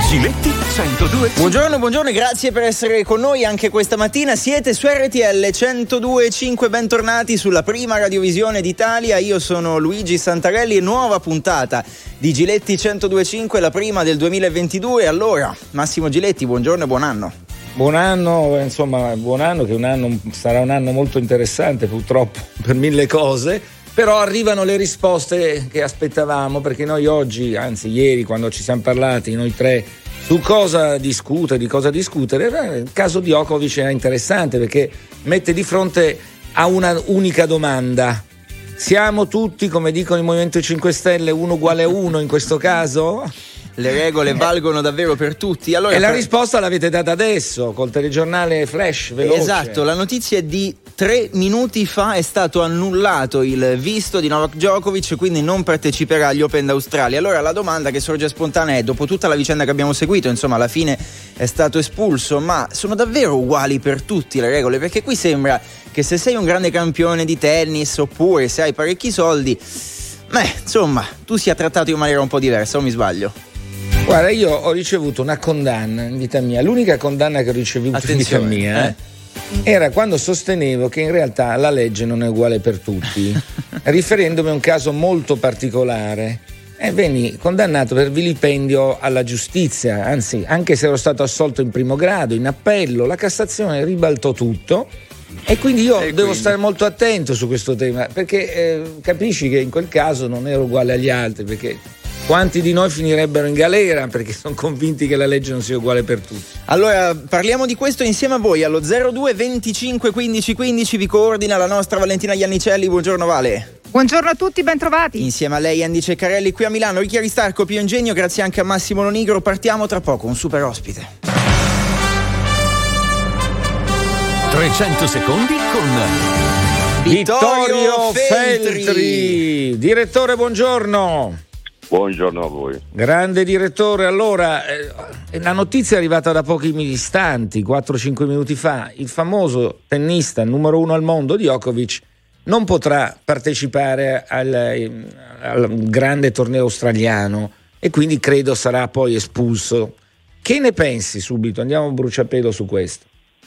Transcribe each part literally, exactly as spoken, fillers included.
Giletti centodue. Buongiorno, buongiorno e grazie per essere con noi anche questa mattina. Siete su R T L centodue e cinque, bentornati sulla prima radiovisione d'Italia. Io sono Luigi Santarelli e nuova puntata di Giletti centodue e cinque, la prima del duemilaventidue. Allora, Massimo Giletti, buongiorno e buon anno. Buon anno, insomma, buon anno, che un anno sarà un anno molto interessante purtroppo per mille cose, però arrivano le risposte che aspettavamo, perché noi oggi, anzi ieri quando ci siamo parlati noi tre su cosa discutere, di cosa discutere, il caso di Djokovic era interessante perché mette di fronte a una unica domanda: siamo tutti, come dicono il Movimento cinque Stelle, uno uguale a uno in questo caso? Le regole valgono davvero per tutti. Allora, e la per... risposta l'avete data adesso col telegiornale flash veloce. Esatto, la notizia è di tre minuti fa. È stato annullato il visto di Novak Djokovic, quindi non parteciperà agli Open d'Australia. Allora la domanda che sorge spontanea è: dopo tutta la vicenda che abbiamo seguito, insomma alla fine è stato espulso, ma sono davvero uguali per tutti le regole? Perché qui sembra che se sei un grande campione di tennis oppure se hai parecchi soldi, beh, insomma, tu sia trattato in maniera un po' diversa, o mi sbaglio? Guarda, io ho ricevuto una condanna in vita mia, l'unica condanna che ho ricevuto Attenzione, in vita mia eh. era quando sostenevo che in realtà la legge non è uguale per tutti, riferendomi a un caso molto particolare, e venni condannato per vilipendio alla giustizia. Anzi, anche se ero stato assolto in primo grado, in appello, la Cassazione ribaltò tutto. E quindi io e devo quindi? stare molto attento su questo tema, perché eh, capisci che in quel caso non ero uguale agli altri, perché quanti di noi finirebbero in galera perché sono convinti che la legge non sia uguale per tutti. Allora parliamo di questo insieme a voi allo zero due venticinque quindici quindici. Vi coordina la nostra Valentina Iannicelli. Buongiorno Vale. Buongiorno a tutti, bentrovati. Insieme a lei Andy Ceccarelli qui a Milano, Ricky Aristarco, Pio Ingegno, grazie anche a Massimo Lonigro. Partiamo tra poco, un super ospite. trecento secondi con Vittorio Feltri. Feltri. Direttore, buongiorno. Buongiorno a voi. Grande direttore, allora eh, la notizia è arrivata da pochi istanti, quattro cinque minuti fa. Il famoso tennista numero uno al mondo, Djokovic, non potrà partecipare al, al grande torneo australiano e quindi credo sarà poi espulso. Che ne pensi subito? Andiamo a bruciapelo su questo.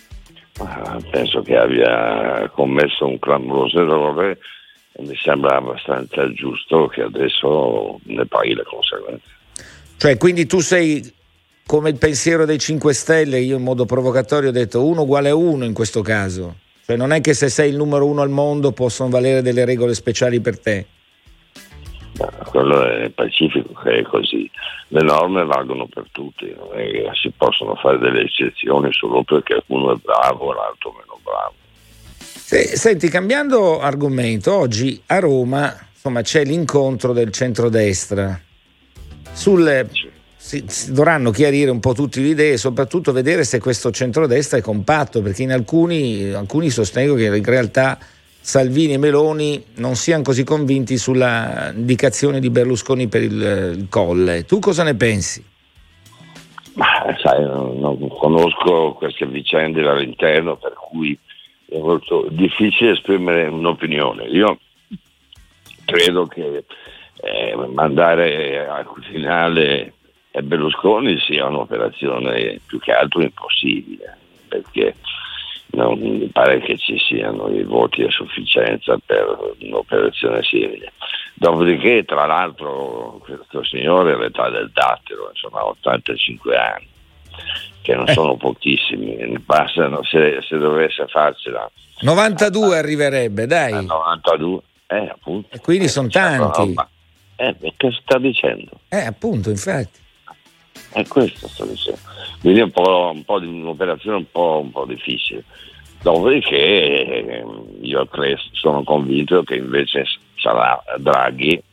Penso che abbia commesso un clamoroso errore e mi sembra abbastanza giusto che adesso ne paghi le conseguenze. Cioè, quindi tu sei come il pensiero dei cinque Stelle. Io in modo provocatorio ho detto uno uguale a uno in questo caso. Cioè non è che se sei il numero uno al mondo possono valere delle regole speciali per te. Ma quello è pacifico che è così. Le norme valgono per tutti, non è che si possono fare delle eccezioni solo perché uno è bravo e l'altro meno bravo. Senti, cambiando argomento, oggi a Roma insomma c'è l'incontro del centrodestra. Sul, si, si dovranno chiarire un po' tutte le idee e soprattutto vedere se questo centrodestra è compatto, perché in alcuni, alcuni sostengono che in realtà Salvini e Meloni non siano così convinti sulla indicazione di Berlusconi per il, il Colle. Tu cosa ne pensi? Ma sai, non, non conosco queste vicende dall'interno, per cui è molto difficile esprimere un'opinione. Io credo che eh, mandare al finale Berlusconi sia un'operazione più che altro impossibile, perché non mi pare che ci siano i voti a sufficienza per un'operazione simile. Dopodiché, tra l'altro, questo signore è all'età del dattero, insomma, ha ottantacinque anni, che non sono pochissimi, passano, se, se dovesse farcela novantadue arriverebbe, dai. novantadue, eh, appunto. E quindi sono tanti. Eh, che sta dicendo? Eh, appunto, infatti. È questo sto dicendo. Quindi è un po', un po' di un'operazione un po', un po' difficile. Dopodiché eh, io credo, sono convinto che invece sarà Draghi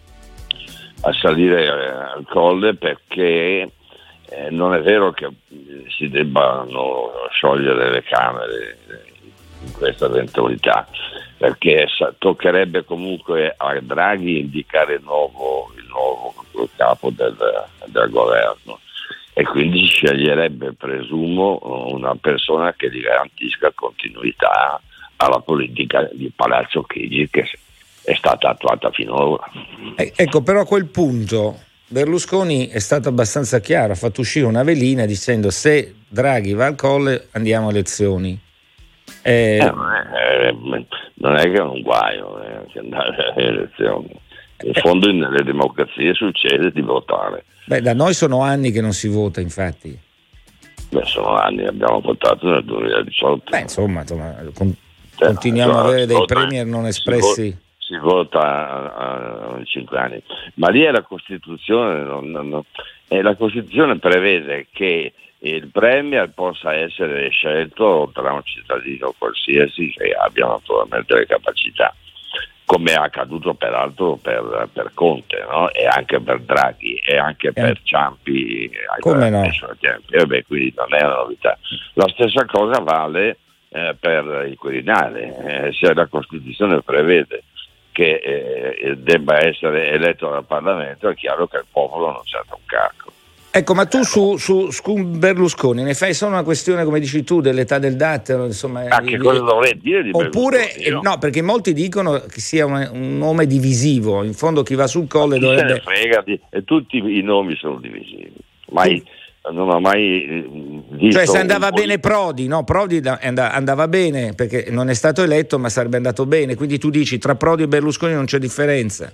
a salire eh, al Colle, perché eh, non è vero che si debbano sciogliere le Camere in questa eventualità, perché toccherebbe comunque a Draghi indicare il nuovo, il nuovo capo del, del governo, e quindi sceglierebbe, presumo, una persona che gli garantisca continuità alla politica di Palazzo Chigi che è stata attuata finora. Eh, ecco, però a quel punto Berlusconi è stato abbastanza chiaro, ha fatto uscire una velina dicendo: se Draghi va al colle andiamo a elezioni. Eh, eh, non, è, eh, non è che è un guaio eh, che andare alle elezioni. In eh, fondo nelle democrazie succede di votare. Beh, da noi sono anni che non si vota, infatti. Beh, sono anni, abbiamo votato nel duemiladiciotto. Beh, insomma, insomma con, cioè, continuiamo no, ad avere dei vota, premier non espressi. Si vota ogni cinque anni, ma lì è la Costituzione, non, non, non, eh, la Costituzione prevede che il premier possa essere scelto tra un cittadino qualsiasi che abbia naturalmente le capacità, come è accaduto peraltro per, per Conte, no? E anche per Draghi e anche eh. per Ciampi, come no? E beh, quindi non è una novità. La stessa cosa vale eh, per il Quirinale, eh, se la Costituzione prevede che eh, debba essere eletto dal Parlamento, è chiaro che il popolo non c'è un cacco. Ecco, ma tu su, su, su Berlusconi ne fai solo una questione, come dici tu, dell'età del dattero, insomma. Ma che cosa dovrei dire di Oppure, Berlusconi? no, perché molti dicono che sia un, un nome divisivo, in fondo chi va sul colle chi dovrebbe... se ne frega di, e tutti i nomi sono divisivi. Mai... Tu... non ho mai visto. Cioè se andava bene Prodi, no? Prodi andava bene perché non è stato eletto, ma sarebbe andato bene. Quindi tu dici tra Prodi e Berlusconi non c'è differenza.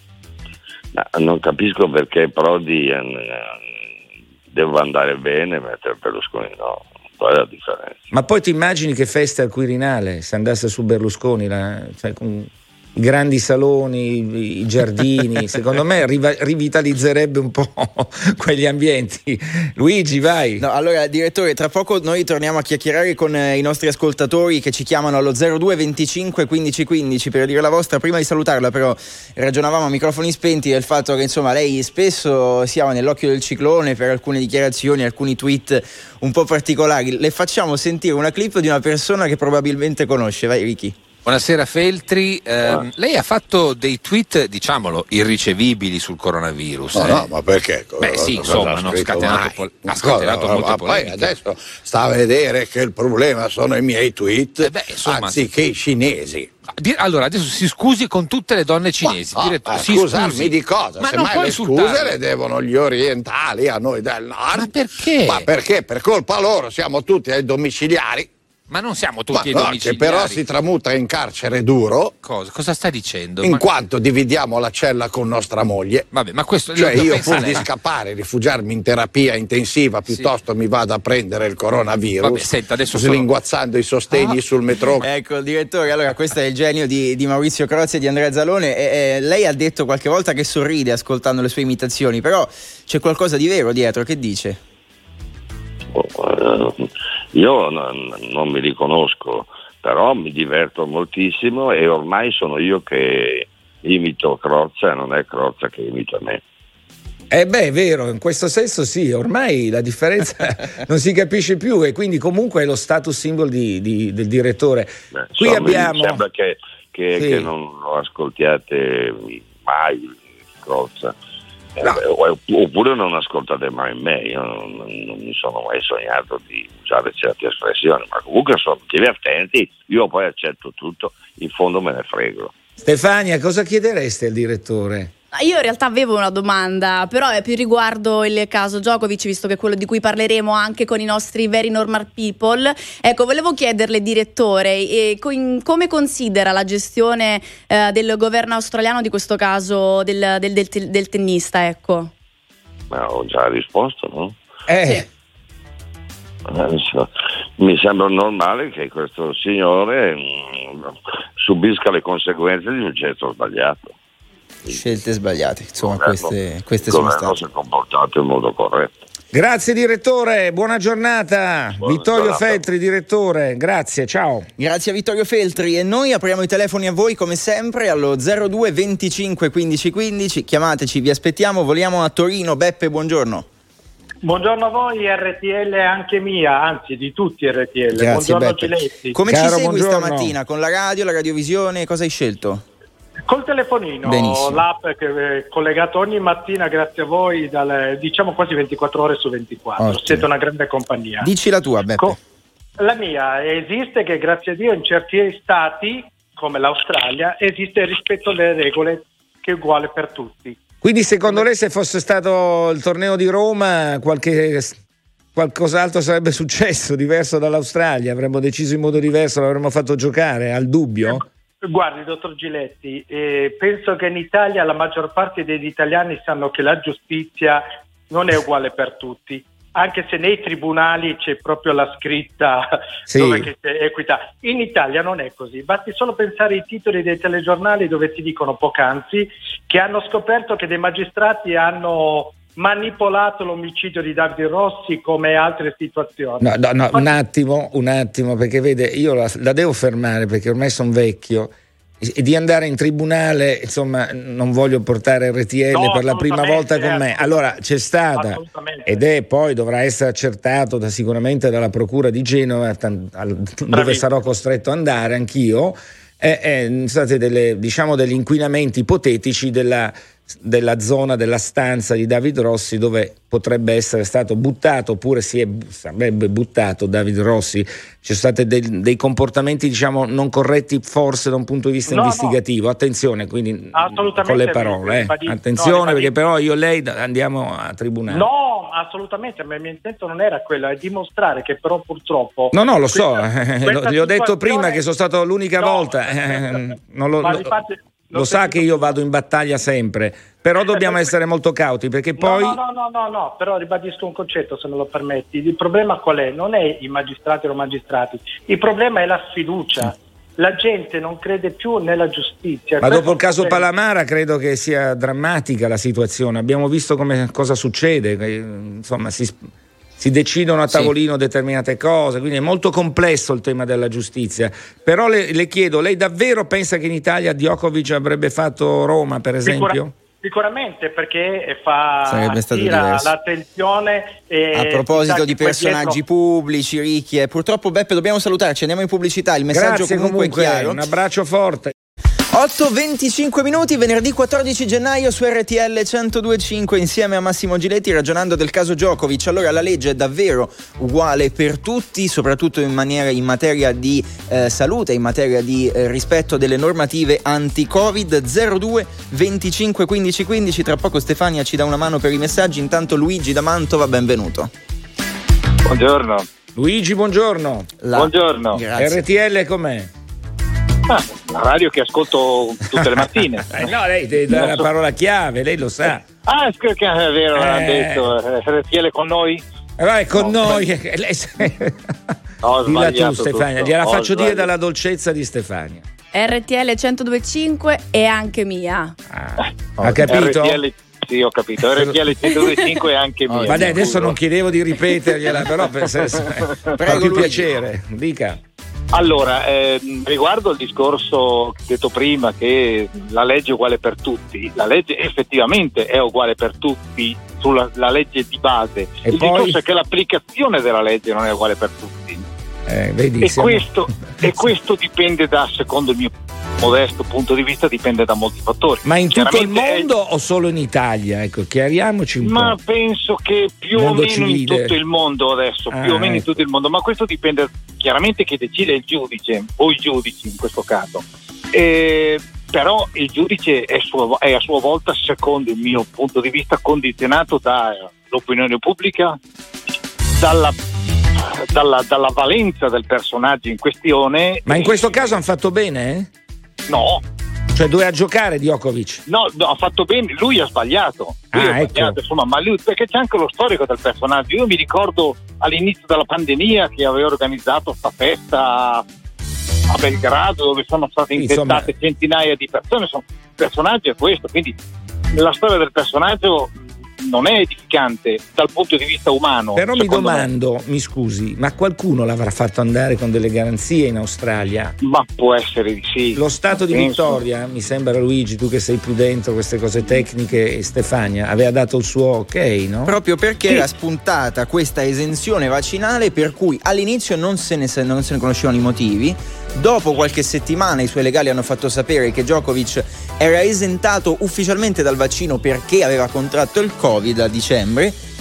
No, non capisco perché Prodi eh, deve andare bene mentre Berlusconi no. Qual è la differenza? Ma poi ti immagini che festa al Quirinale se andasse su Berlusconi, la, cioè con i grandi saloni, i giardini, secondo me riva- rivitalizzerebbe un po' quegli ambienti. Luigi, vai. No, allora, direttore, tra poco noi torniamo a chiacchierare con eh, i nostri ascoltatori che ci chiamano allo zero due venticinque quindici quindici per dire la vostra. Prima di salutarla, però, ragionavamo a microfoni spenti del fatto che, insomma, lei spesso siamo nell'occhio del ciclone per alcune dichiarazioni, alcuni tweet un po' particolari. Le facciamo sentire una clip di una persona che probabilmente conosce. Vai, Ricky. Buonasera Feltri, eh, lei ha fatto dei tweet, diciamolo, irricevibili sul coronavirus. No, eh? no, ma perché? Beh sì, insomma, hanno scatenato, pol- ha scatenato Cosa? molte ma polemiche. Poi adesso sta a vedere che il problema sono i miei tweet, eh beh, insomma, anziché i cinesi. Allora, adesso si scusi con tutte le donne cinesi. Ma, Diretto, oh, si scusarmi scusi. di cosa? Ma Se non mai puoi le scuse insultarle. le devono gli orientali a noi del nord. Ma perché? Ma perché? Per colpa loro siamo tutti ai domiciliari. Ma non siamo tutti ai Ma no, domiciliari. che però si tramuta in carcere duro. Cosa? Cosa sta dicendo? In ma... quanto dividiamo la cella con nostra moglie. Vabbè, ma questo Cioè lo io pensa pur lei. di scappare, rifugiarmi in terapia intensiva, piuttosto sì. mi vado a prendere il coronavirus. Vabbè, senta, adesso slinguazzando sono... i sostegni ah. sul metro. Ecco, direttore, allora questo è il genio di, di Maurizio Crozzi e di Andrea Zalone. E, e, lei ha detto qualche volta che sorride ascoltando le sue imitazioni, però c'è qualcosa di vero dietro, che dice? Io non, non mi riconosco, però mi diverto moltissimo e ormai sono io che imito Crozza e non è Crozza che imita me. Eh beh, è vero, in questo senso sì, ormai la differenza non si capisce più e quindi comunque è lo status symbol di, di, del direttore. Beh, Qui insomma, abbiamo... Mi sembra che, che, sì. che non lo ascoltiate mai Crozza. No. Eh, oppure non ascoltate mai me, io non, non mi sono mai sognato di usare certe espressioni, ma comunque sono divertenti, io poi accetto tutto, in fondo me ne frego. Stefania, cosa chiedereste al direttore? Io in realtà avevo una domanda, però è più riguardo il caso Djokovic, visto che è quello di cui parleremo anche con i nostri very normal people. Ecco, volevo chiederle, direttore, eh, co- come considera la gestione eh, del governo australiano di questo caso del, del, del, del tennista, ecco? Ma ho già risposto, no? Eh... Sì. Mi sembra normale che questo signore mh, subisca le conseguenze di un gesto sbagliato. Scelte sbagliate, insomma, governo, queste, queste il sono governo state. si è comportato in modo corretto. Grazie direttore, buona giornata. Buona Vittorio giornata. Feltri, direttore, grazie, ciao. Grazie a Vittorio Feltri e noi apriamo i telefoni a voi come sempre allo zero due venticinque quindici quindici, chiamateci, vi aspettiamo, voliamo a Torino. Beppe, buongiorno. Buongiorno a voi, R T L anche mia, anzi di tutti R T L. Grazie, buongiorno Beppe. Giletti. Come Caro, ci segui buongiorno. stamattina? Con la radio, la radiovisione, cosa hai scelto? Col telefonino, Benissimo. l'app che è collegato ogni mattina grazie a voi, dalle, diciamo quasi ventiquattro ore su ventiquattro. Ottimo. Siete una grande compagnia. Dici la tua, Beppe. Co- la mia esiste che grazie a Dio in certi stati come l'Australia esiste il rispetto delle regole che che è uguale per tutti. Quindi secondo lei, se fosse stato il torneo di Roma, qualche qualcos'altro sarebbe successo diverso dall'Australia? Avremmo deciso in modo diverso, l'avremmo fatto giocare? Al dubbio? Guardi, dottor Giletti, eh, penso che in Italia la maggior parte degli italiani sanno che la giustizia non è uguale per tutti, anche se nei tribunali c'è proprio la scritta sì. dove che c'è equità. In Italia non è così, basti solo pensare ai titoli dei telegiornali dove ti dicono poc'anzi che hanno scoperto che dei magistrati hanno manipolato l'omicidio di Davide Rossi come altre situazioni. No, no, no, un attimo, un attimo, perché vede, io la, la devo fermare perché ormai sono vecchio e di andare in tribunale, insomma, non voglio portare R T L no, per la prima volta con me. Allora c'è stata ed è poi dovrà essere accertato da, sicuramente dalla procura di Genova, tant- al, dove sarò costretto ad andare anch'io. Eh, eh, state delle, diciamo, degli inquinamenti ipotetici della della zona della stanza di David Rossi dove potrebbe essere stato buttato oppure si è, sarebbe buttato David Rossi. Ci sono stati dei, dei comportamenti, diciamo, non corretti forse da un punto di vista no, investigativo. No. Attenzione, quindi con le parole, eh. attenzione, no, perché però io e lei andiamo a tribunale. No, assolutamente, ma il mio intento non era quello, è dimostrare che però purtroppo no no lo questa, so, eh, gli ho detto prima che sono stato l'unica no, volta, eh, non lo, ma lo, infatti, lo sa che io vado in battaglia sempre, però dobbiamo essere molto cauti perché poi no no no no no però ribadisco un concetto, se me lo permetti. Il problema qual è? Non è i magistrati o magistrati, il problema è la sfiducia. La gente non crede più nella giustizia. Ma questo dopo il caso problema. Palamara credo che sia drammatica la situazione, abbiamo visto come cosa succede, insomma si si decidono a tavolino sì. determinate cose, quindi è molto complesso il tema della giustizia. Però le, le chiedo, lei davvero pensa che in Italia Djokovic avrebbe fatto Roma, per esempio? Sicura, sicuramente, perché fa Sarebbe stato attira diverso. l'attenzione. E a proposito di personaggi dietro... pubblici, ricchi, e purtroppo Beppe dobbiamo salutarci, andiamo in pubblicità, il messaggio Grazie, comunque, comunque è chiaro. Un abbraccio forte. otto e venticinque minuti, venerdì quattordici gennaio su R T L centodue e cinque insieme a Massimo Giletti ragionando del caso Djokovic. Allora, la legge è davvero uguale per tutti, soprattutto in, maniera, in materia di eh, salute, in materia di eh, rispetto delle normative anti-Covid. Zero due venticinque quindici quindici, tra poco Stefania ci dà una mano per i messaggi. Intanto Luigi da Mantova, benvenuto. Buongiorno. Luigi, buongiorno. La... Buongiorno. Grazie. R T L com'è? Ah, la radio che ascolto tutte le mattine. eh no, lei deve dare la parola chiave, lei lo sa. Ah, è vero, eh. ha detto R T L con noi? Eh, vai, con no, noi. Sbagli... lei... Ho Dilla tu, Stefania, tutto. gliela Ho faccio sbagliato. dire dalla dolcezza di Stefania. R T L centodue e cinque è anche mia. Ah, ha capito? R T L... Sì, ho capito. R T L centodue e cinque è anche mia. Ma dai, adesso non chiedevo di ripetergliela, però per fa più piacere. Dica. Allora, eh, riguardo il discorso detto prima che la legge è uguale per tutti, la legge effettivamente è uguale per tutti sulla la legge di base. E il poi... discorso è che l'applicazione della legge non è uguale per tutti. Eh, vedi, e, siamo... questo, e questo dipende da, secondo il mio modesto punto di vista, dipende da molti fattori. Ma in tutto il mondo è... o solo in Italia? Ecco, chiariamoci un ma po'. penso che più o meno civile. in tutto il mondo adesso, ah, più o meno ecco. in tutto il mondo, ma questo dipende chiaramente che decide il giudice o i giudici in questo caso. E, però il giudice è, sua, è a sua volta, secondo il mio punto di vista, condizionato dall'opinione pubblica, dalla Dalla, dalla valenza del personaggio in questione. Ma in questo caso hanno fatto bene? Eh? No. Cioè doveva giocare Djokovic? No, no, ha fatto bene, lui ha sbagliato. Lui ah, ha sbagliato, ecco. insomma, ma lui, perché c'è anche lo storico del personaggio. Io mi ricordo all'inizio della pandemia che aveva organizzato sta festa a Belgrado dove sono state infettate insomma... centinaia di persone. Insomma, il personaggio è questo, quindi la storia del personaggio non è edificante dal punto di vista umano. Però mi domando, me. mi scusi, ma qualcuno l'avrà fatto andare con delle garanzie in Australia? Ma può essere di sì. Lo stato di penso. Vittoria, mi sembra, Luigi, tu che sei più dentro queste cose tecniche, e Stefania, aveva dato il suo ok, no? Proprio perché sì. era spuntata questa esenzione vaccinale per cui all'inizio non se ne, non se ne conoscevano i motivi. Dopo qualche settimana i suoi legali hanno fatto sapere che Djokovic era esentato ufficialmente dal vaccino perché aveva contratto il Covid a dicembre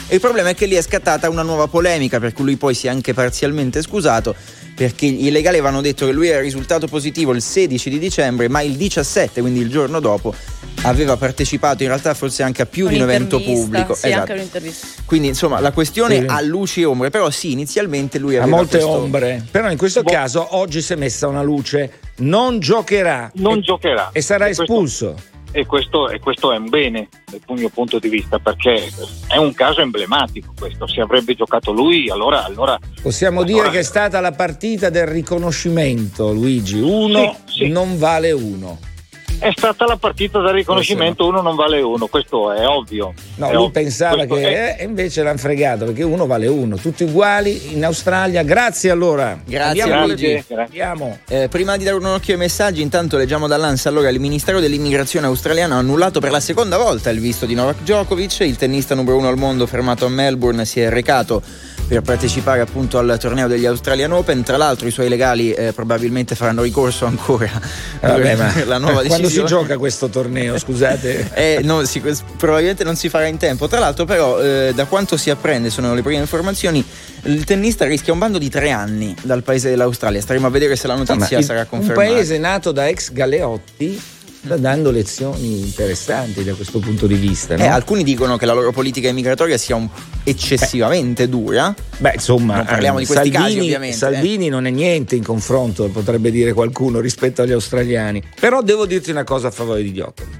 E il problema è che lì è scattata una nuova polemica, per cui lui poi si è anche parzialmente scusato, perché i legali avevano detto che lui era risultato positivo il sedici di dicembre, ma il diciassette, quindi il giorno dopo, aveva partecipato in realtà forse anche a più di un evento pubblico. Sì, esatto. anche un'intervista. Quindi insomma la questione sì. ha luci e ombre, però sì, inizialmente lui ha aveva molte questo... ombre, però in questo Bo- caso oggi si è messa una luce, non giocherà Non e, giocherà. e sarà E questo- espulso. E questo, e questo è un bene dal mio punto di vista, perché è un caso emblematico questo. Se avrebbe giocato lui, allora, allora Possiamo allora, dire che è stata la partita del riconoscimento, Luigi. Uno Sì, sì. non vale uno. è stata la partita del riconoscimento, uno non vale uno, questo è ovvio. No, è lui ovvio. pensava Questo che è- eh, invece l'hanno fregato, perché uno vale uno, tutti uguali in Australia. Grazie allora. Grazie, Andiamo, Luigi. Luigi. Andiamo. Eh, prima di dare un occhio ai messaggi, intanto leggiamo dall'Ansa. Allora, il Ministero dell'Immigrazione australiano ha annullato per la seconda volta il visto di Novak Djokovic. Il tennista numero uno al mondo, fermato a Melbourne, si è recato per partecipare appunto al torneo degli Australian Open. Tra l'altro i suoi legali eh, probabilmente faranno ricorso ancora Vabbè, ma per la nuova quando decisione. si gioca questo torneo, scusate? Eh, no, sì, probabilmente non si farà in tempo. Tra l'altro però eh, da quanto si apprende, sono le prime informazioni, il tennista rischia un bando di tre anni dal paese dell'Australia. Staremo a vedere se la notizia Ma il- sarà confermata. Un paese nato da ex galeotti sta dando lezioni interessanti da questo punto di vista, no? Eh, alcuni dicono che la loro politica immigratoria sia un eccessivamente dura. Beh, insomma, Non parliamo di questi Salvini, casi, ovviamente, Salvini non è niente in confronto, potrebbe dire qualcuno, rispetto agli australiani. Però devo dirti una cosa a favore di Djokovic.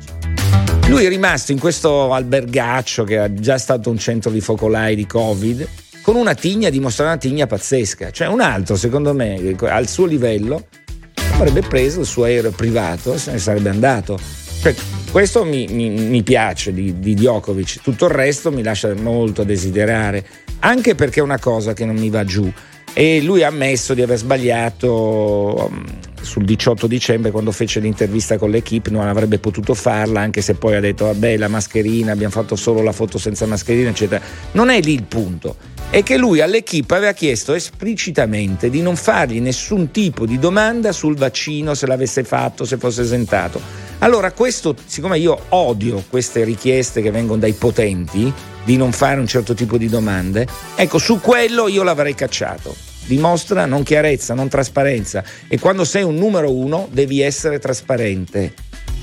Lui è rimasto in questo albergaccio che è già stato un centro di focolai di Covid, con una tigna, dimostra una tigna pazzesca. Cioè un altro, secondo me, al suo livello, avrebbe preso il suo aereo privato e se ne sarebbe andato. Cioè, questo mi, mi, mi piace di, di Djokovic, tutto il resto mi lascia molto a desiderare, anche perché è una cosa che non mi va giù. E lui ha ammesso di aver sbagliato um, sul diciotto dicembre, quando fece l'intervista con l'equipe, non avrebbe potuto farla, anche se poi ha detto vabbè, la mascherina, abbiamo fatto solo la foto senza mascherina, eccetera. Non è lì il punto, è che lui all'equipe aveva chiesto esplicitamente di non fargli nessun tipo di domanda sul vaccino, se l'avesse fatto, se fosse esentato. Allora questo, siccome io odio queste richieste che vengono dai potenti di non fare un certo tipo di domande, ecco, su quello io l'avrei cacciato. Dimostra non chiarezza, non trasparenza, e quando sei un numero uno devi essere trasparente,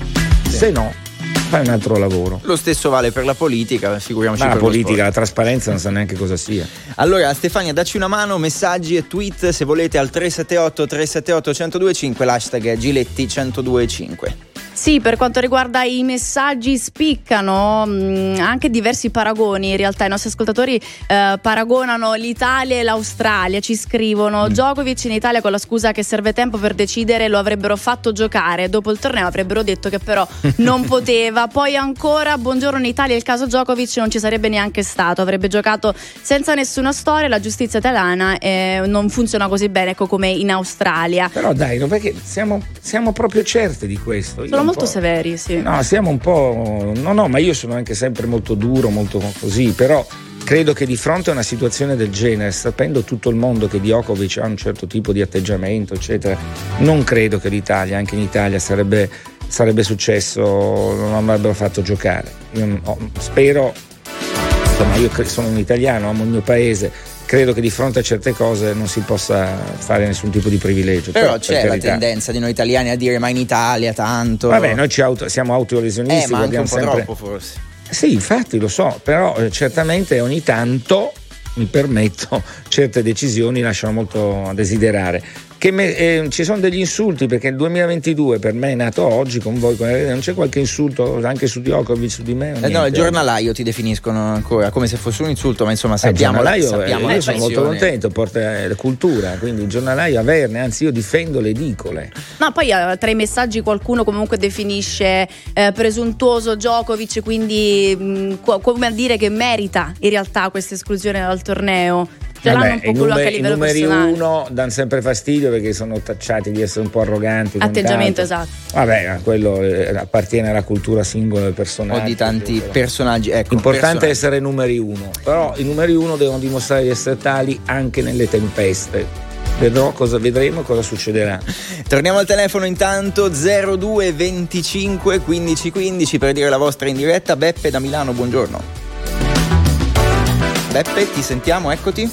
se no fai un altro lavoro. Lo stesso vale per la politica, figuriamoci Ma per la lo politica, sport. la trasparenza non sa neanche cosa sia. Allora Stefania, dacci una mano, messaggi e tweet se volete al tre sette otto tre sette otto uno zero due cinque, l'hashtag è Giletti centodue cinque. Sì, per quanto riguarda i messaggi spiccano mh, anche diversi paragoni. In realtà i nostri ascoltatori eh, paragonano l'Italia e l'Australia, ci scrivono mm. Djokovic in Italia con la scusa che serve tempo per decidere lo avrebbero fatto giocare, dopo il torneo avrebbero detto che però non poteva. Poi ancora buongiorno, in Italia il caso Djokovic non ci sarebbe neanche stato, avrebbe giocato senza nessuna storia, la giustizia italiana eh, non funziona così bene, ecco, come in Australia. Però dai, no, perché siamo, siamo proprio certi di questo. Io Sono molto po'... severi, sì. No, siamo un po'. No, no, ma io sono anche sempre molto duro, molto così, però credo che di fronte a una situazione del genere, sapendo tutto il mondo che Djokovic ha un certo tipo di atteggiamento, eccetera, non credo che l'Italia, anche in Italia, sarebbe, sarebbe successo, non avrebbero fatto giocare. Io oh, spero, insomma, io sono un italiano, amo il mio paese. Credo che di fronte a certe cose non si possa fare nessun tipo di privilegio. Però, però c'è per la carità. tendenza di noi italiani a dire ma in Italia tanto. Vabbè, noi ci auto, siamo autolesionisti. Eh, ma anche un po' sempre... troppo forse. Sì, infatti lo so, però eh, certamente ogni tanto, mi permetto, certe decisioni lasciano molto a desiderare. Che me, eh, ci sono degli insulti, perché il duemilaventidue per me è nato oggi con voi, non c'è qualche insulto anche su Djokovic, su di me? Eh no, il giornalaio ti definiscono ancora come se fosse un insulto, ma insomma Eh, sappiamo, il giornalaio, sappiamo eh, la io sono molto passione. contento, porta eh, cultura, quindi il giornalaio averne, anzi io difendo le edicole. No, poi eh, tra i messaggi qualcuno comunque definisce eh, presuntuoso Djokovic, quindi mh, co- come a dire che merita in realtà questa esclusione dal torneo. Ce l'hanno un po' i, quello numeri, anche a i livello numeri personale. uno danno sempre fastidio perché sono tacciati di essere un po' arroganti. Atteggiamento, quant'altro. esatto. Vabbè, ma quello eh, appartiene alla cultura singola del personaggio. O di tanti Però. personaggi. Ecco, L'importante personaggi. è essere numeri uno, però i numeri uno devono dimostrare di essere tali anche nelle tempeste. Vedrò cosa, vedremo cosa succederà. Torniamo al telefono intanto zero due venticinque quindici quindici per dire la vostra in diretta. Beppe da Milano, buongiorno. Beppe, ti sentiamo, eccoti.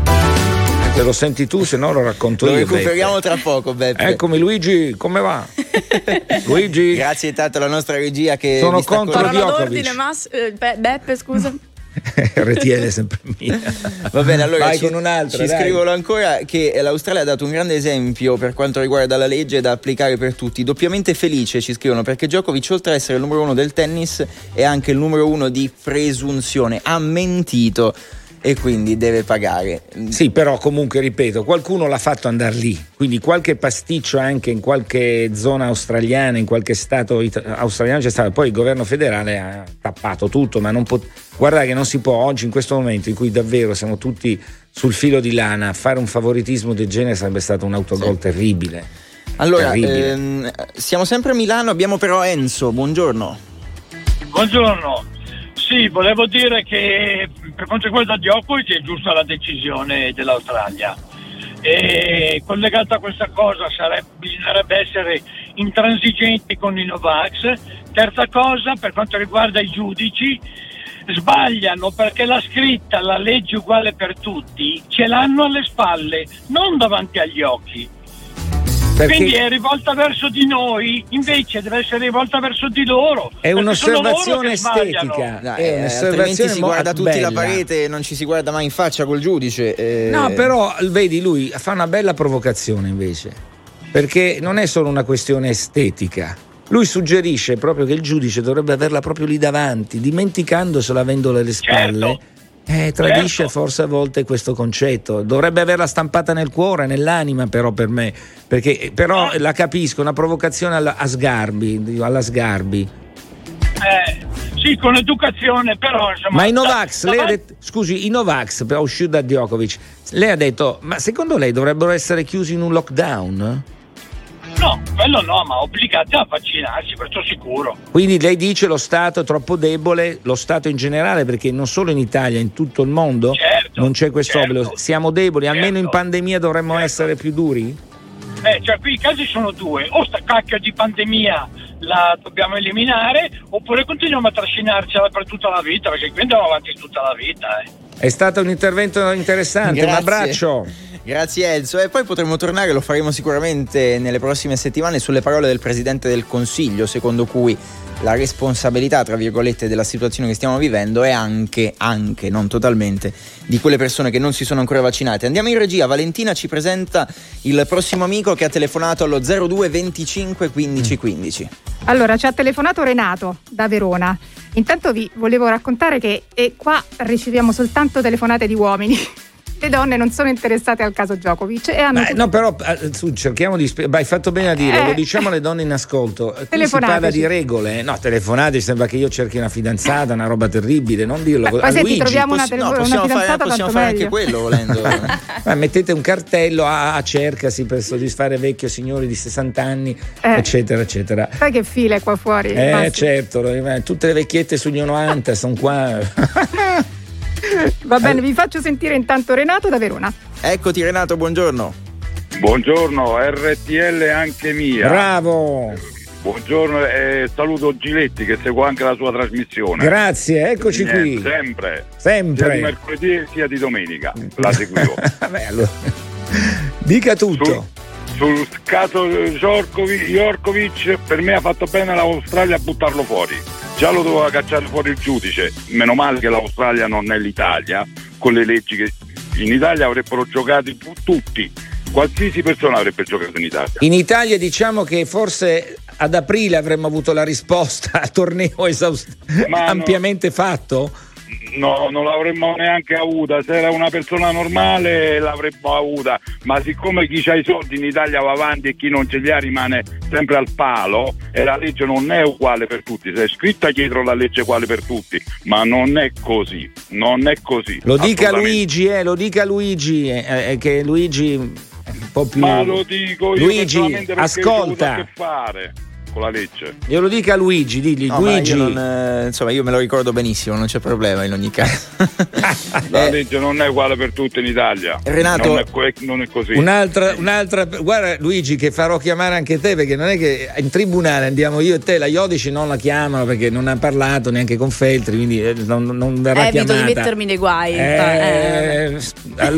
Se lo senti tu, se no lo racconto lo io. Lo recuperiamo Beppe. tra poco, Beppe. Eccomi Luigi, come va? Luigi. Grazie tanto alla nostra regia che sono mi sta contro Parola Djokovic. d'ordine, Mas- eh, Be- Beppe, scusa. R T L è sempre mia. Va bene, allora vai ci, con un'altra, ci dai. scrivono ancora che l'Australia ha dato un grande esempio per quanto riguarda la legge da applicare per tutti. Doppiamente felice, ci scrivono, perché Djokovic, oltre ad essere il numero uno del tennis, è anche il numero uno di presunzione. Ha mentito e quindi deve pagare. Sì, però comunque ripeto, qualcuno l'ha fatto andare lì, quindi qualche pasticcio anche in qualche zona australiana, in qualche stato it- australiano c'è stato. Poi il governo federale ha tappato tutto, ma non può. Guarda che non si può oggi, in questo momento in cui davvero siamo tutti sul filo di lana, fare un favoritismo del genere sarebbe stato un autogol sì. terribile. Allora, terribile. Ehm, siamo sempre a Milano, abbiamo però Enzo, buongiorno. Buongiorno. Sì, volevo dire che per quanto riguarda Djokovic è giusta la decisione dell'Australia. E collegato a questa cosa sarebbe, bisognerebbe essere intransigenti con i Novax. Terza cosa, per quanto riguarda i giudici, sbagliano perché la scritta, la legge uguale per tutti, ce l'hanno alle spalle, non davanti agli occhi. Perché quindi è rivolta verso di noi, invece deve essere rivolta verso di loro. È un'osservazione Dai, estetica. È eh, un'osservazione altrimenti si guarda tutti bella. la parete e non ci si guarda mai in faccia col giudice. Eh. No, però vedi, lui fa una bella provocazione invece, perché non è solo una questione estetica. Lui suggerisce proprio che il giudice dovrebbe averla proprio lì davanti, dimenticandosela, avendola alle spalle. Certo. Eh, tradisce certo. forse a volte questo concetto. Dovrebbe averla stampata nel cuore, nell'anima, però per me, perché però la capisco, una provocazione alla, a Sgarbi, alla Sgarbi. Eh, sì, con l'educazione, però insomma. Ma i Novax, da, lei ha da, detto, scusi, i Novax però uscito da Djokovic, lei ha detto, ma secondo lei dovrebbero essere chiusi in un lockdown? No, quello no, ma obbligati a vaccinarsi, questo sicuro. Quindi lei dice lo Stato è troppo debole, lo Stato in generale, perché non solo in Italia, in tutto il mondo certo, non c'è questo certo, obbligo. Siamo deboli, certo, almeno in pandemia dovremmo certo. essere più duri? Eh, cioè qui i casi sono due, o sta cacchio di pandemia la dobbiamo eliminare, oppure continuiamo a trascinarcela per tutta la vita, perché qui andiamo avanti tutta la vita. Eh. È stato un intervento interessante, Grazie. un abbraccio. Grazie Enzo, e poi potremo tornare, lo faremo sicuramente nelle prossime settimane, sulle parole del Presidente del Consiglio, secondo cui la responsabilità, tra virgolette, della situazione che stiamo vivendo è anche, anche, non totalmente, di quelle persone che non si sono ancora vaccinate. Andiamo in regia, Valentina ci presenta il prossimo amico che ha telefonato allo zero due venticinque quindici quindici. Allora, ci ha telefonato Renato da Verona. Intanto vi volevo raccontare che e qua riceviamo soltanto telefonate di uomini. Le donne non sono interessate al caso Djokovic e hanno Beh, no, però su, cerchiamo di spie- Beh, hai fatto bene a dire, eh. lo diciamo alle donne in ascolto. Qui si parla di regole, no, telefonate, sembra che io cerchi una fidanzata, una roba terribile, non dirlo. Beh, ma se ti troviamo una, Poss- tele- no, una possiamo fidanzata, fare, possiamo tanto fare meglio. anche quello volendo. Ma mettete un cartello a, a cercasi per soddisfare vecchio signori di sessanta anni, eh. eccetera, eccetera. Sai che fila è qua fuori? Eh, Basta. certo, tutte le vecchiette sugli novanta sono qua. Va bene, vi faccio sentire intanto Renato da Verona. Eccoti Renato, buongiorno. Buongiorno, R T L anche mia. Bravo. Buongiorno e saluto Giletti che segue anche la sua trasmissione. Grazie, eccoci Niente, qui. Sempre. Sempre. Sia di mercoledì sia di domenica. La seguivo. Vabbè, allora. Dica tutto. Sul, sul caso Djokovic, Djokovic, per me ha fatto bene l'Australia a buttarlo fuori. Già lo doveva cacciare fuori il giudice. Meno male che l'Australia non è l'Italia, con le leggi che in Italia avrebbero giocato tutti. Qualsiasi persona avrebbe giocato in Italia. In Italia diciamo che forse ad aprile avremmo avuto la risposta al torneo esaust- ampiamente no, fatto. No, non l'avremmo neanche avuta. Se era una persona normale l'avremmo avuta, ma siccome chi ha i soldi in Italia va avanti e chi non ce li ha rimane sempre al palo, e la legge non è uguale per tutti. Se è scritta dietro la legge uguale per tutti, ma non è così, non è così. Lo dica Luigi, eh, lo dica Luigi, eh, eh, che Luigi è un po' più. Ma lo dico io Luigi, ascolta. Che fare con la legge. Glielo dica a Luigi, digli no, Luigi. Io non, eh, insomma, io me lo ricordo benissimo, non c'è problema in ogni caso. La eh, legge non è uguale per tutti in Italia. Renato, non è, non è così. Un'altra, un'altra, guarda Luigi, che farò chiamare anche te, perché non è che in tribunale andiamo io e te, la Iodici non la chiamano perché non ha parlato neanche con Feltri, quindi non, non verrà Evito chiamata. di mettermi nei guai. Eh, eh.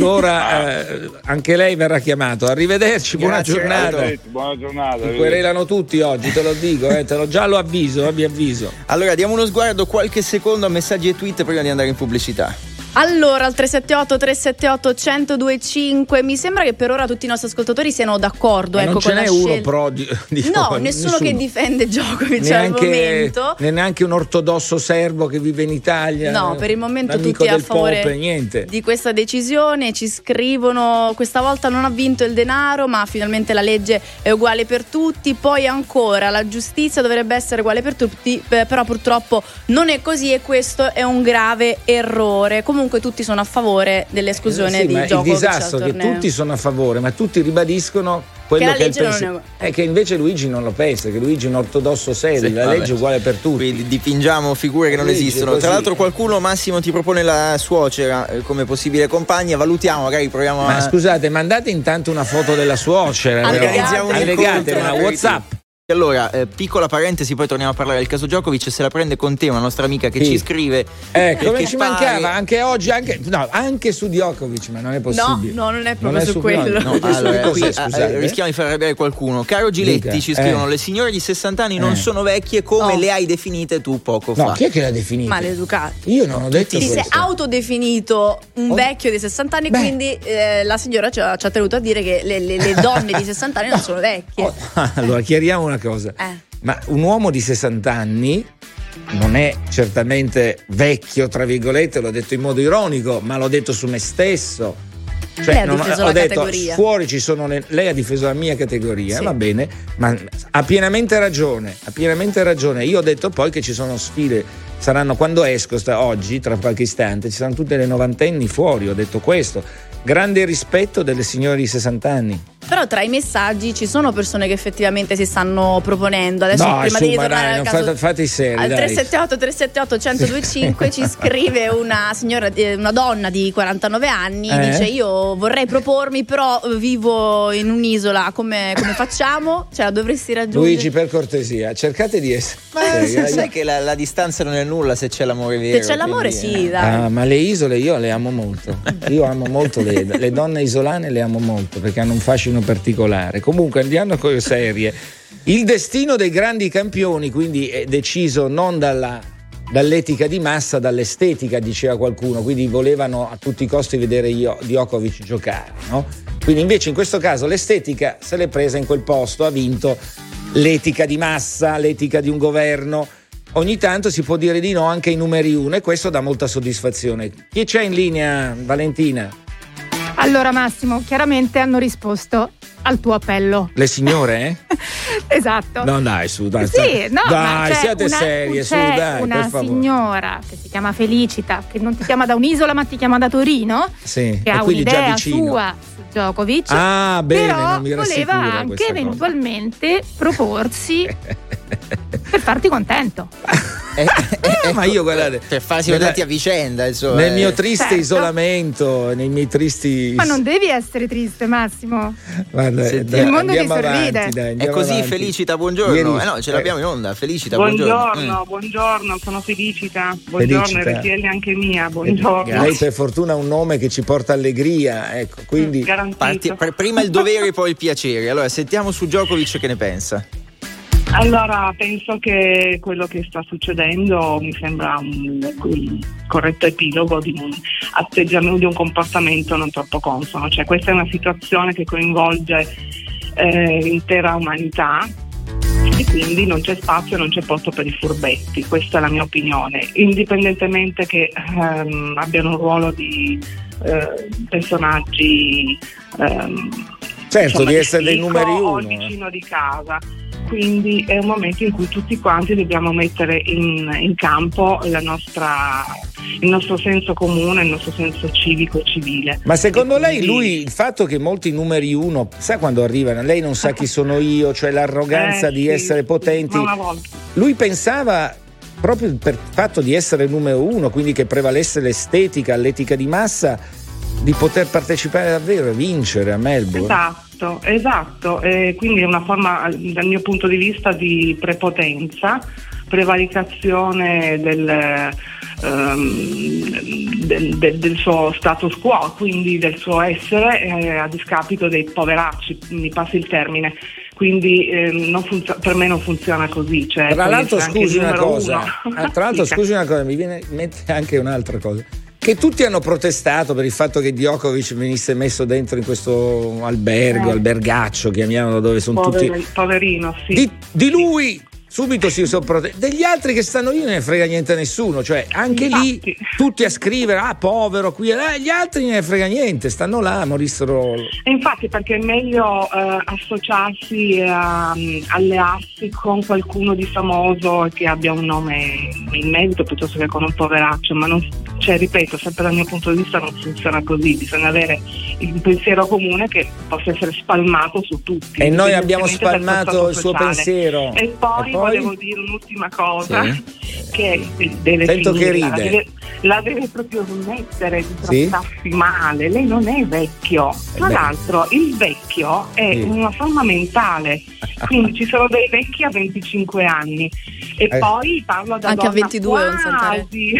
Allora eh, anche lei verrà chiamato. Arrivederci, buona Grazie, giornata. Renato. Buona giornata. Mi querelano tutti oggi, te lo dico, eh, te lo già lo avviso, eh, vi avviso. Allora diamo uno sguardo qualche secondo a messaggi e tweet prima di andare in pubblicità. Allora, al tre sette otto tre sette otto uno zero due cinque mi sembra che per ora tutti i nostri ascoltatori siano d'accordo. Ma ecco, non ce con n'è la uno scelta. pro di, di No, no, nessuno, nessuno che difende Djokovic al momento. Neanche un ortodosso serbo che vive in Italia. No, per il momento tutti a favore Pope, niente. di questa decisione. Ci scrivono: questa volta non ha vinto il denaro, ma finalmente la legge è uguale per tutti. Poi ancora, la giustizia dovrebbe essere uguale per tutti, però purtroppo non è così e questo è un grave errore. Comunque tutti sono a favore dell'esclusione eh sì, di ma Djokovic. Il disastro al è che torneo. tutti sono a favore, ma tutti ribadiscono quello che la che, legge è il non pensiero. è... è che invece Luigi non lo pensa, che Luigi è un ortodosso serio, Sì, la vabbè. legge è uguale per tutti. Quindi dipingiamo figure che non Luigi, esistono. così. Tra l'altro qualcuno, Massimo, ti propone la suocera eh, come possibile compagna. Valutiamo, magari proviamo Ma a... scusate, mandate intanto una foto della suocera. Organizziamo un allegate incontro. una WhatsApp. Allora, eh, piccola parentesi, poi torniamo a parlare del caso Djokovic. Se la prende con te una nostra amica che Sì. ci scrive. Eh, come che ci pare- mancava anche oggi, anche, no, anche su Djokovic, ma non è possibile. No, no, non è proprio su su quello. No, No, allora, cos'è, qui, scusate? eh, rischiamo di far arrabbiare qualcuno. Caro Giletti, Dica, ci scrivono: eh. le signore di sessanta anni non Eh. sono vecchie come Oh. le hai definite tu poco No, fa. chi è che l'ha definito? Maleducati. Io non ho detto Ti sei questo. autodefinito un Oh. vecchio di sessanta anni, Beh. quindi eh, la signora ci ha, ci ha tenuto a dire che le, le- le donne di sessanta anni non sono vecchie. Oh, allora, chiariamo una cosa. Eh. Ma un uomo di sessanta anni non è certamente vecchio, tra virgolette, l'ho detto in modo ironico, ma l'ho detto su me stesso. Cioè, Lei ha non- difeso ho la detto categoria. fuori ci sono le- lei ha difeso la mia categoria, Sì. va bene, ma ha pienamente ragione, ha pienamente ragione. Io ho detto poi che ci sono sfide, saranno quando esco sta, oggi, tra qualche istante, ci saranno tutte le novantenni fuori, ho detto questo. Grande rispetto delle signore di sessanta anni. Però tra i messaggi ci sono persone che effettivamente si stanno proponendo. Adesso No, prima di insomma, tornare dai, al non caso, fate, fate i seri, al dai. tre sette otto tre sette otto uno zero due cinque ci scrive una signora, eh, una donna di quarantanove anni, Eh? dice: io vorrei propormi, però eh, vivo in un'isola, come, come facciamo? Cioè la dovresti raggiungere. Luigi, per cortesia, cercate di essere. Ma seria. sai che la, la distanza non è nulla se c'è l'amore vero. Se c'è l'amore, quindi, sì, eh. dai. Ah, ma le isole io le amo molto. Io amo molto le, le donne isolane, le amo molto perché hanno un fascino particolare. Comunque andiamo con le serie. Il destino dei grandi campioni quindi è deciso non dalla, dall'etica di massa, dall'estetica, diceva qualcuno, quindi volevano a tutti i costi vedere io, Djokovic giocare, no? Quindi invece in questo caso l'estetica se l'è presa in quel posto, ha vinto l'etica di massa, l'etica di un governo. Ogni tanto si può dire di no anche ai numeri uno e questo dà molta soddisfazione. Chi c'è in linea, Valentina? Allora Massimo, chiaramente hanno risposto al tuo appello. Le signore, eh? Esatto. No, dai, su, dai. Sì, no, ma dai, c'è siate una, serie, su, c'è dai, una per favore. signora che si chiama Felicita, che non ti chiama da un'isola ma ti chiama da Torino, Sì, che e ha quindi già un'idea vicino. sua su Djokovic. Ah, bene, però non mi rassicura voleva anche questa cosa. eventualmente proporsi per farti contento. Eh, eh, eh, ma io, guardate, per farsi nella- vedere a vicenda, insomma. Nel eh. mio triste Certo. isolamento, nei miei tristi. Ma non devi essere triste, Massimo. Guarda, Sentiamo. Il mondo ti andiamo sorride. avanti, dai, È andiamo così, avanti. Felicita, buongiorno. Ieri- eh no, ce l'abbiamo in onda. Felicita, Buongiorno, buongiorno. buongiorno, sono Felicita. Buongiorno, Felicita. R T L anche mia, buongiorno. Lei per fortuna ha un nome che ci porta allegria, ecco, quindi Garantito. Parti- pr- prima il dovere e poi il piacere. Allora, sentiamo su Djokovic che ne pensa. Allora, penso che quello che sta succedendo mi sembra un, un corretto epilogo di un atteggiamento, di un comportamento non troppo consono. Cioè, questa è una situazione che coinvolge eh, l'intera umanità e quindi non c'è spazio e non c'è posto per i furbetti. Questa è la mia opinione. Indipendentemente che ehm, abbiano un ruolo di eh, personaggi ehm, certo insomma, di essere dei fico numeri o uno. il vicino di casa. quindi è un momento in cui tutti quanti dobbiamo mettere in, in campo la nostra, il nostro senso comune, il nostro senso civico e civile. Ma secondo e lei quindi... lui, il fatto che molti numeri uno, sa quando arrivano, lei non sa chi sono io, cioè l'arroganza eh, di sì, essere potenti, ma una volta. lui pensava proprio per il fatto di essere numero uno, quindi che prevalesse l'estetica, l'etica di massa, di poter partecipare davvero e vincere a Melbourne. Esatto, esatto, e quindi è una forma dal mio punto di vista di prepotenza, prevaricazione del, um, del, del, del suo status quo, quindi del suo essere eh, a discapito dei poveracci, mi passi il termine. Quindi eh, non funzio- per me non funziona così. Cioè, tra l'altro scusi una cosa, uno. tra l'altro scusi una cosa, mi viene in mente anche un'altra cosa. Che tutti hanno protestato per il fatto che Djokovic venisse messo dentro in questo albergo, eh. albergaccio, chiamiamolo, dove sono Poveri, tutti. Poverino, sì. Di, di lui subito si sono protesti. Degli altri che stanno lì non ne frega niente a nessuno, cioè anche Infatti. lì tutti a scrivere ah povero qui, eh, gli altri non ne frega niente, stanno là, morissero. E infatti perché è meglio eh, associarsi e um, allearsi con qualcuno di famoso che abbia un nome in merito piuttosto che con un poveraccio, ma non, cioè ripeto, sempre dal mio punto di vista non funziona così, bisogna avere il pensiero comune che possa essere spalmato su tutti. E noi abbiamo indipendentemente dal spalmato il suo sociale. pensiero. E poi, E poi? volevo dire un'ultima cosa, Sì. che deve Sento che finirla, ride. la deve, la deve proprio smettere di Sì? trattarsi male. Lei non è vecchio, tra beh. l'altro il vecchio è Sì. una forma mentale, quindi ci sono dei vecchi a venticinque anni e Eh. poi parlo da Anche a donna ventidue, non saltare. quasi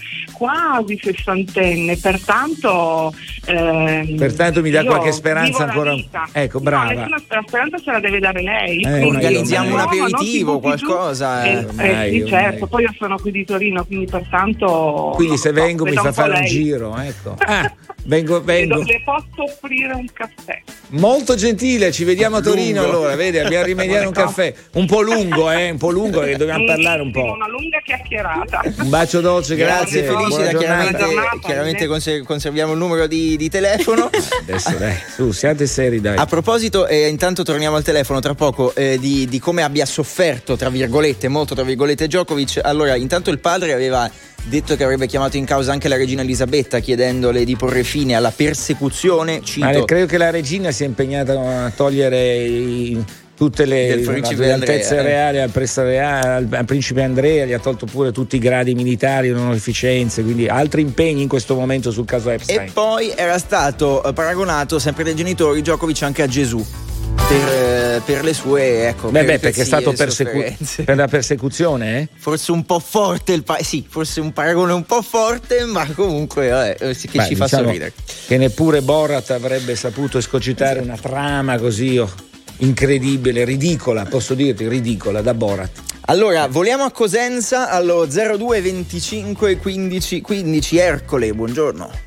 quasi sessantenne, pertanto ehm, Pertanto mi dà io qualche speranza vivo la ancora. vita. Ecco, No, brava. nessuna- la speranza ce la deve dare lei. Eh, Quindi Organizziamo un no, non ti aperitivo, butti giù. qualcosa. Eh, eh. eh, ormai, sì, ormai. certo, poi io sono qui di Torino, quindi pertanto Quindi se no, vengo mi vedo fa un po' fare un lei. giro, ecco. Ah, vengo, vengo. Le posso offrire un caffè? Molto gentile, ci vediamo a Torino Lungo. allora, vedi, abbiamo rimediato un caffè. Un po' lungo, eh, un po' lungo che dobbiamo parlare un po'. Una lunga chiacchierata. Un bacio dolce, Grazie, grazie. Felicita, buona giornata. chiaramente, giornata. chiaramente conser- conserviamo il numero di, di telefono. Adesso dai, su, siate seri dai. A proposito, eh, intanto torniamo al telefono tra poco, eh, di, di come abbia sofferto, tra virgolette, molto tra virgolette Djokovic. Allora, intanto il padre aveva detto che avrebbe chiamato in causa anche la regina Elisabetta chiedendole di porre fine alla persecuzione, cito, Ma credo che la regina sia impegnata a togliere i, tutte le Del principe le Andrea, altezze eh. reali al, pres- reale, al, al principe Andrea, gli ha tolto pure tutti i gradi militari, le onorificenze, quindi altri impegni in questo momento sul caso Epstein. e poi era stato eh, paragonato sempre dai genitori Djokovic anche a Gesù per, eh, per le sue, ecco, Beh, beh, perché è peripezie stato e persecu- sofferenze. per la persecuzione, eh? Forse un po' forte il pa- sì, forse un paragone un po' forte, ma comunque vabbè, eh, sì, che Beh, ci fa diciamo sorridere. che neppure Borat avrebbe saputo escogitare una trama così oh, incredibile, ridicola, posso dirti, ridicola da Borat. Allora, voliamo a Cosenza allo zero due venticinque quindici quindici. Ercole, buongiorno.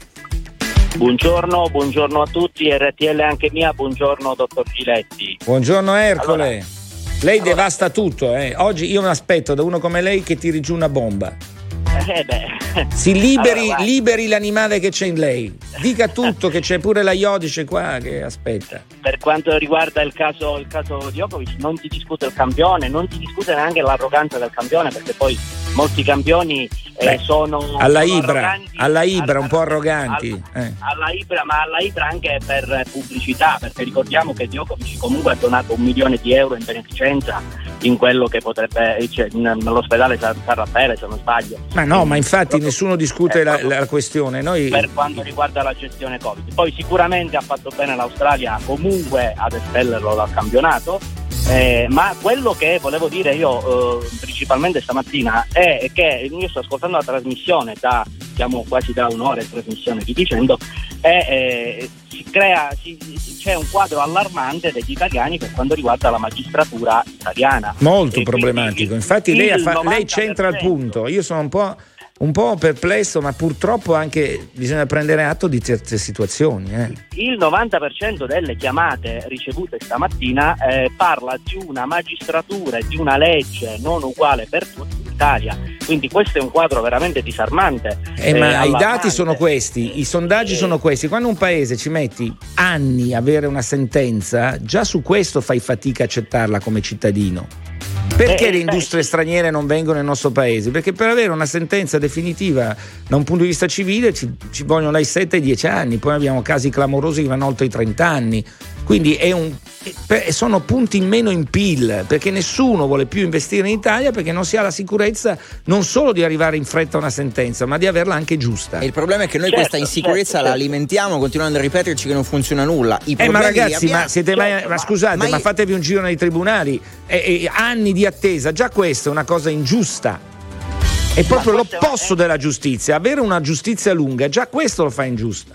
Buongiorno, buongiorno a tutti, R T L anche mia, buongiorno dottor Giletti. Buongiorno Ercole. Allora, lei allora, devasta tutto, eh. Oggi io mi aspetto da uno come lei che tiri giù una bomba. Eh beh. Si liberi, Allora, liberi l'animale che c'è in lei. Dica tutto, che c'è pure la Iodice qua che aspetta. Per quanto riguarda il caso, il caso Djokovic, non ti discute il campione, non ti discute neanche l'arroganza del campione, perché poi molti campioni eh, Beh, sono alla sono Ibra, arroganti, alla Ibra, al- un po' arroganti. al- eh. alla Ibra, ma alla Ibra anche per pubblicità, perché ricordiamo che Djokovic comunque ha donato un milione di euro in beneficenza in quello che potrebbe, cioè, nell'ospedale San Raffaele, se non sbaglio. Ma no, ma infatti Proprio- nessuno discute eh, la, proprio la questione. Noi per quanto riguarda la gestione Covid. Poi sicuramente ha fatto bene l'Australia comunque ad espellerlo dal campionato, eh, ma quello che volevo dire io eh, principalmente stamattina è che io sto ascoltando la trasmissione da siamo quasi da un'ora di trasmissione di dicendo e eh, si crea si, si, c'è un quadro allarmante degli italiani per quanto riguarda la magistratura italiana. molto E problematico. quindi Infatti lei, ha il fa- lei novanta per c'entra al cento punto. Io sono un po', un po' perplesso, ma purtroppo anche bisogna prendere atto di certe situazioni. Eh. Il novanta per cento delle chiamate ricevute stamattina eh, parla di una magistratura e di una legge non uguale per tutti, Italia. Quindi questo è un quadro veramente disarmante. Eh, ma eh, i dati sono questi, i sondaggi eh. sono questi. Quando un paese ci metti anni a avere una sentenza, già su questo fai fatica a accettarla come cittadino. Perché eh, le industrie beh, straniere non vengono nel nostro paese? Perché per avere una sentenza definitiva da un punto di vista civile ci, ci vogliono dai sette ai dieci anni, poi abbiamo casi clamorosi che vanno oltre i trenta anni. Quindi è un, sono punti in meno in P I L, perché nessuno vuole più investire in Italia, perché non si ha la sicurezza non solo di arrivare in fretta a una sentenza, ma di averla anche giusta. E il problema è che noi certo, questa insicurezza certo, la certo. alimentiamo continuando a ripeterci che non funziona nulla. I eh ma ragazzi, abbiamo... ma siete mai, certo, ma scusate, ma, ma, ma fatevi un giro nei tribunali, eh, eh, anni di attesa, già questa è una cosa ingiusta. È proprio l'opposto è... della giustizia, avere una giustizia lunga, già questo lo fa ingiusta.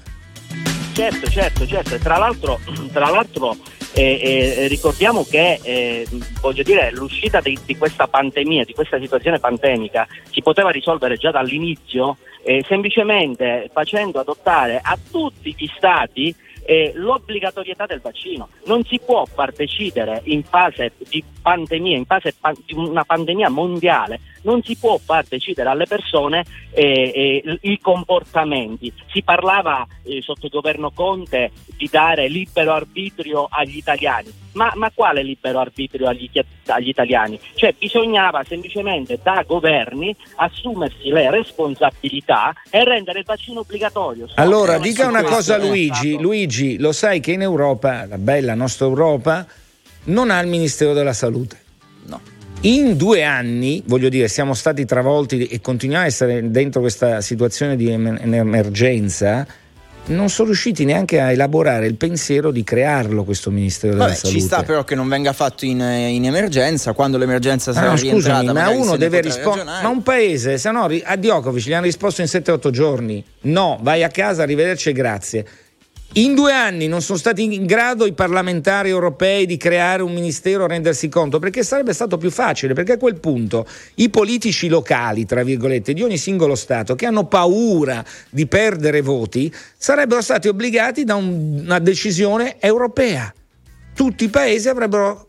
Certo, certo, certo. Tra l'altro, tra l'altro eh, eh, ricordiamo che eh, voglio dire, l'uscita di, di questa pandemia, di questa situazione pandemica, si poteva risolvere già dall'inizio, eh, semplicemente facendo adottare a tutti gli stati eh, l'obbligatorietà del vaccino. Non si può far decidere in fase di pandemia, in fase pan- di una pandemia mondiale, non si può far decidere alle persone eh, eh, i comportamenti. Si parlava eh, sotto il governo Conte di dare libero arbitrio agli italiani, ma, ma quale libero arbitrio agli, agli italiani? Cioè bisognava semplicemente da governi assumersi le responsabilità e rendere il vaccino obbligatorio. Allora dica una cosa Luigi, Luigi, lo sai che in Europa, la bella nostra Europa, non ha il Ministero della Salute. No. In due anni, voglio dire, siamo stati travolti e continuiamo a essere dentro questa situazione di emergenza. Non sono riusciti neanche a elaborare il pensiero di crearlo questo Ministero della Vabbè, Salute. Ci sta però che non venga fatto in, in emergenza, quando l'emergenza sarà ah, no, rientrata. Scusami, ma uno deve rispondere. Ma un paese, se no a Djokovic gli hanno risposto in sette otto giorni. No, vai a casa, arrivederci e grazie. In due anni non sono stati in grado i parlamentari europei di creare un ministero, rendersi conto, perché sarebbe stato più facile, perché a quel punto i politici locali, tra virgolette, di ogni singolo Stato, che hanno paura di perdere voti, sarebbero stati obbligati da un, una decisione europea. Tutti i paesi avrebbero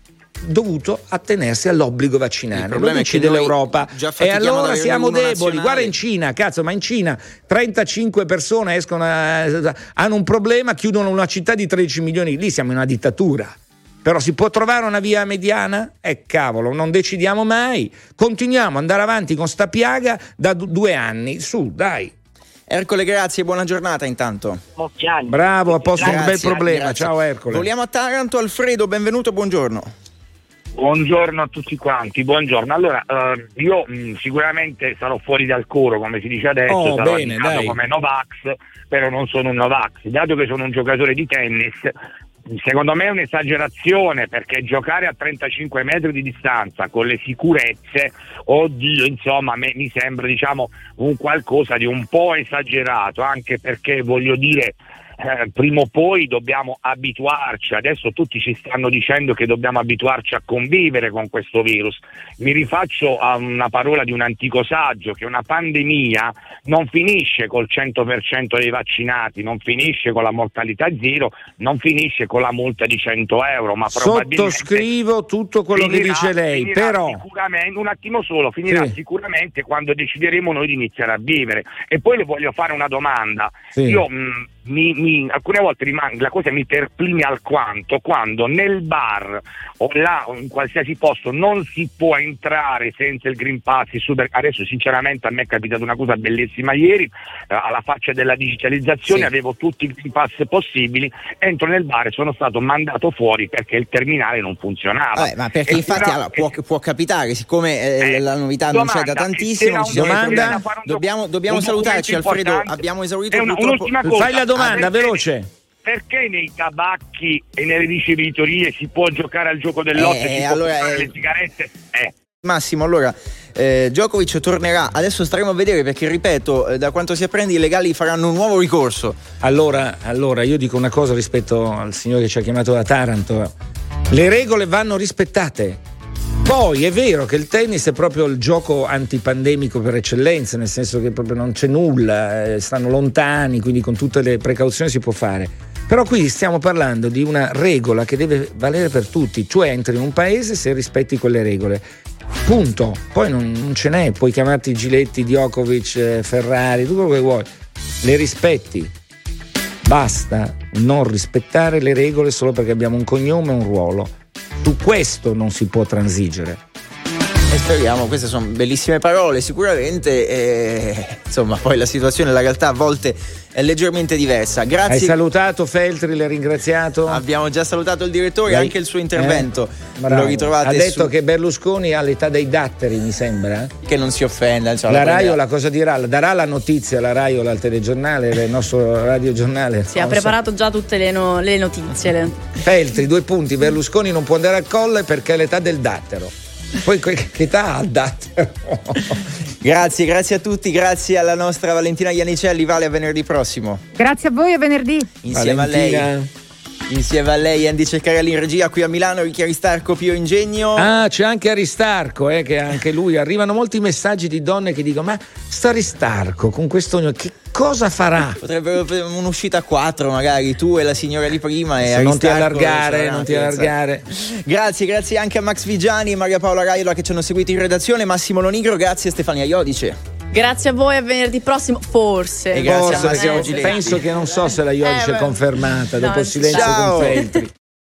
dovuto attenersi all'obbligo vaccinale. Il problema è che dell'Europa e allora siamo deboli. Nazionale. Guarda in Cina, cazzo, ma in Cina trentacinque persone escono a, hanno un problema, chiudono una città di tredici milioni, lì siamo in una dittatura. Però si può trovare una via mediana? Eh cavolo, non decidiamo mai. Continuiamo ad andare avanti con sta piaga da d- due anni. Su, dai. Ercole, grazie, buona giornata intanto. Molti anni. Bravo, a posto, un bel problema. Grazie. Ciao Ercole. Voliamo a Taranto, Alfredo, benvenuto, buongiorno. Buongiorno a tutti quanti, buongiorno. Allora, eh, io mh, sicuramente sarò fuori dal coro, come si dice adesso, oh, sarò bene, indicato dai. come Novax, però non sono un Novax. Dato che sono un giocatore di tennis, secondo me è un'esagerazione, perché giocare a trentacinque metri di distanza con le sicurezze, oddio, insomma, me, mi sembra, diciamo, un qualcosa di un po' esagerato, anche perché, voglio dire, Eh, prima o poi dobbiamo abituarci. Adesso tutti ci stanno dicendo che dobbiamo abituarci a convivere con questo virus. Mi rifaccio a una parola di un antico saggio, che una pandemia non finisce col cento per cento dei vaccinati, non finisce con la mortalità zero, non finisce con la multa di cento euro, ma probabilmente sottoscrivo tutto quello finirà, che dice lei, però sicuramente, un attimo solo, finirà sì. sicuramente quando decideremo noi di iniziare a vivere. E poi le voglio fare una domanda. Sì. Io mh, Mi, mi, alcune volte rimane, la cosa mi terplini alquanto quando nel bar o là o in qualsiasi posto non si può entrare senza il Green Pass. Super, adesso sinceramente a me è capitata una cosa bellissima ieri, eh, alla faccia della digitalizzazione, sì. Avevo tutti i Green Pass possibili, entro nel bar e sono stato mandato fuori perché il terminale non funzionava. Vabbè, ma perché e infatti però, allora, può, eh, può capitare, siccome eh, eh, la novità domanda, non c'è da tantissimo, ci domanda, dobbiamo, dobbiamo salutarci Alfredo, abbiamo esaurito una, purtroppo. Fai la domanda, veloce. Perché nei tabacchi e nelle ricevitorie si può giocare al gioco del lotto eh, e si allora, può comprare eh, le sigarette? Eh. Massimo, allora eh, Djokovic tornerà, adesso staremo a vedere, perché ripeto, eh, da quanto si apprende i legali faranno un nuovo ricorso. Allora, allora io dico una cosa rispetto al signore che ci ha chiamato da Taranto: le regole vanno rispettate. Poi è vero che il tennis è proprio il gioco antipandemico per eccellenza, nel senso che proprio non c'è nulla, eh, stanno lontani, quindi con tutte le precauzioni si può fare. Però qui stiamo parlando di una regola che deve valere per tutti. Tu entri in un paese se rispetti quelle regole. punto. Poi non, non ce n'è, puoi chiamarti Giletti, Djokovic, eh, Ferrari, tutto quello che vuoi, le rispetti. Basta non rispettare le regole solo perché abbiamo un cognome e un ruolo. Su questo non si può transigere. E speriamo, queste sono bellissime parole sicuramente, e, insomma poi la situazione, la realtà a volte è leggermente diversa. Grazie. Hai salutato Feltri, l'hai ringraziato? Abbiamo già salutato il direttore, Lei, anche il suo intervento eh? lo ritrovate. Ha detto su... che Berlusconi ha l'età dei datteri, mi sembra. Che non si offenda, insomma, la la Raiola cosa dirà? Darà la notizia la Raiola al telegiornale, il nostro radiogiornale? Sì, ha preparato so. già tutte le, no, le notizie. Le... Feltri, due punti, Berlusconi non può andare al colle perché è l'età del dattero. Poi che età ha dattero? Grazie, grazie a tutti, grazie alla nostra Valentina Iannicelli. Vale, a venerdì prossimo. Grazie a voi, a venerdì. Insieme Valentina. a lei. Insieme a lei Andy Ceccarelli in regia qui a Milano, Ricchi Aristarco, Pio Ingegno. Ah, c'è anche Aristarco, eh, che anche lui. Arrivano molti messaggi di donne che dicono: ma sta Aristarco con questo che cosa farà? Potrebbero un'uscita a quattro, magari tu e la signora di prima. E non ti Aristarco allargare, non ti allargare. Grazie, grazie anche a Max Vigiani e Maria Paola Raiola che ci hanno seguito in redazione, Massimo Lonigro, grazie a Stefania Iodice. Grazie a voi, a venerdì prossimo, forse. E grazie forse, a Massimo perché penso che non so se la Iodice eh, è confermata no, dopo il silenzio ciao. con Feltri.